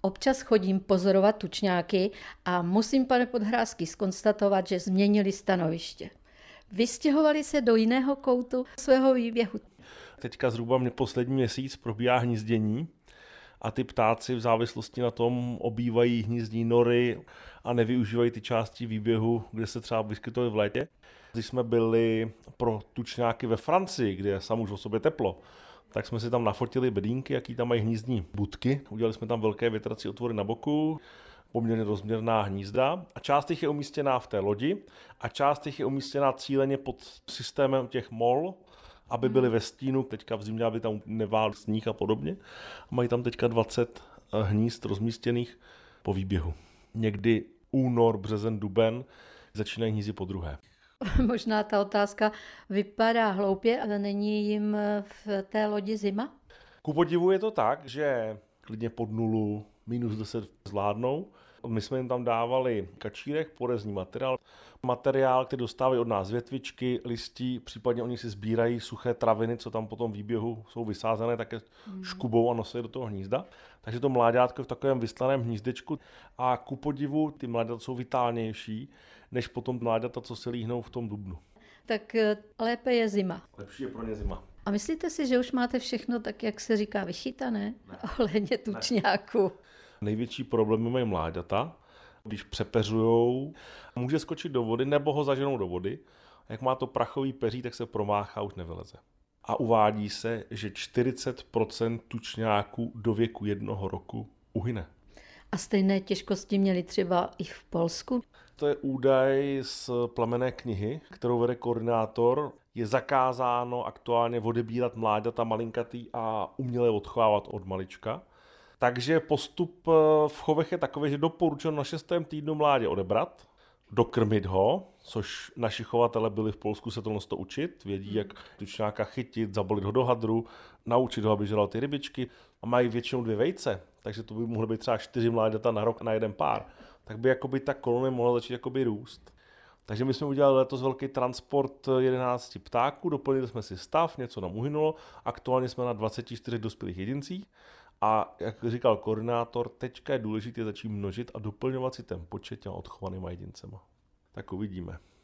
Občas chodím pozorovat tučňáky a musím, pane Podhráský, zkonstatovat, že změnili stanoviště. Vystěhovali se do jiného koutu svého výběhu. Teďka zhruba poslední měsíc probíhá hnízdění a ty ptáci v závislosti na tom obývají hnízdní nory a nevyužívají ty části výběhu, kde se třeba vyskytují v létě. Když jsme byli pro tučňáky ve Francii, kde je sam už o sobě teplo, tak jsme si tam nafotili bedínky, jaký tam mají hnízdní budky. Udělali jsme tam velké větrací otvory na boku, poměrně rozměrná hnízda a část těch je umístěná v té lodi a část těch je umístěná cíleně pod systémem těch mol, aby byly ve stínu, teďka v zimě, aby tam nevál sníh a podobně. Mají tam teďka 20 hnízd rozmístěných po výběhu. Někdy únor, březen, duben začínají hnízdy po druhé. Možná ta otázka vypadá hloupě, ale není jim v té lodi zima? Ku podivu je to tak, že klidně pod nulu, -10 zvládnou. My jsme jim tam dávali kačírek, porezní materiál, který dostávají od nás větvičky, listí, případně oni si sbírají suché traviny, co tam po tom výběhu jsou vysázené, také škubou a nosí do toho hnízda. Takže to mláďátko v takovém vyslaném hnízdečku a ku podivu ty mláďata jsou vitálnější, než potom mláďata, co se líhnou v tom dubnu. Tak lépe je zima. Lepší je pro ně zima. A myslíte si, že už máte všechno tak, jak se říká, vychytané? Ohledně tučňáků. Největší problém mají mláďata, když přepeřujou, může skočit do vody nebo ho zaženou do vody. Jak má to prachový peří, tak se promáchá, už nevyleze. A uvádí se, že 40% tučňáků do věku 1 roku uhyne. A stejné těžkosti měli třeba i v Polsku? To je údaj z plemenné knihy, kterou vede koordinátor. Je zakázáno aktuálně odebírat mláďata malinkatý a uměle odchovávat od malička. Takže postup v chovech je takový, že doporučeno na 6. týdnu mládě odebrat, dokrmit ho, což naši chovatele byli v Polsku se to učit, vědí, jak tučňáka chytit, zabalit ho do hadru, naučit ho, aby žral ty rybičky a mají většinou 2 vejce, takže to by mohly být třeba 4 mláďata na rok na jeden pár. Tak by jakoby ta kolonie mohla začít jakoby růst. Takže my jsme udělali letos velký transport 11 ptáků, doplnili jsme si stav, něco nám uhynulo, aktuálně jsme na 24 dospělých jedincích a jak říkal koordinátor, teďka je důležité začít množit a doplňovat si ten počet těma odchovanýma jedincema. Tak uvidíme.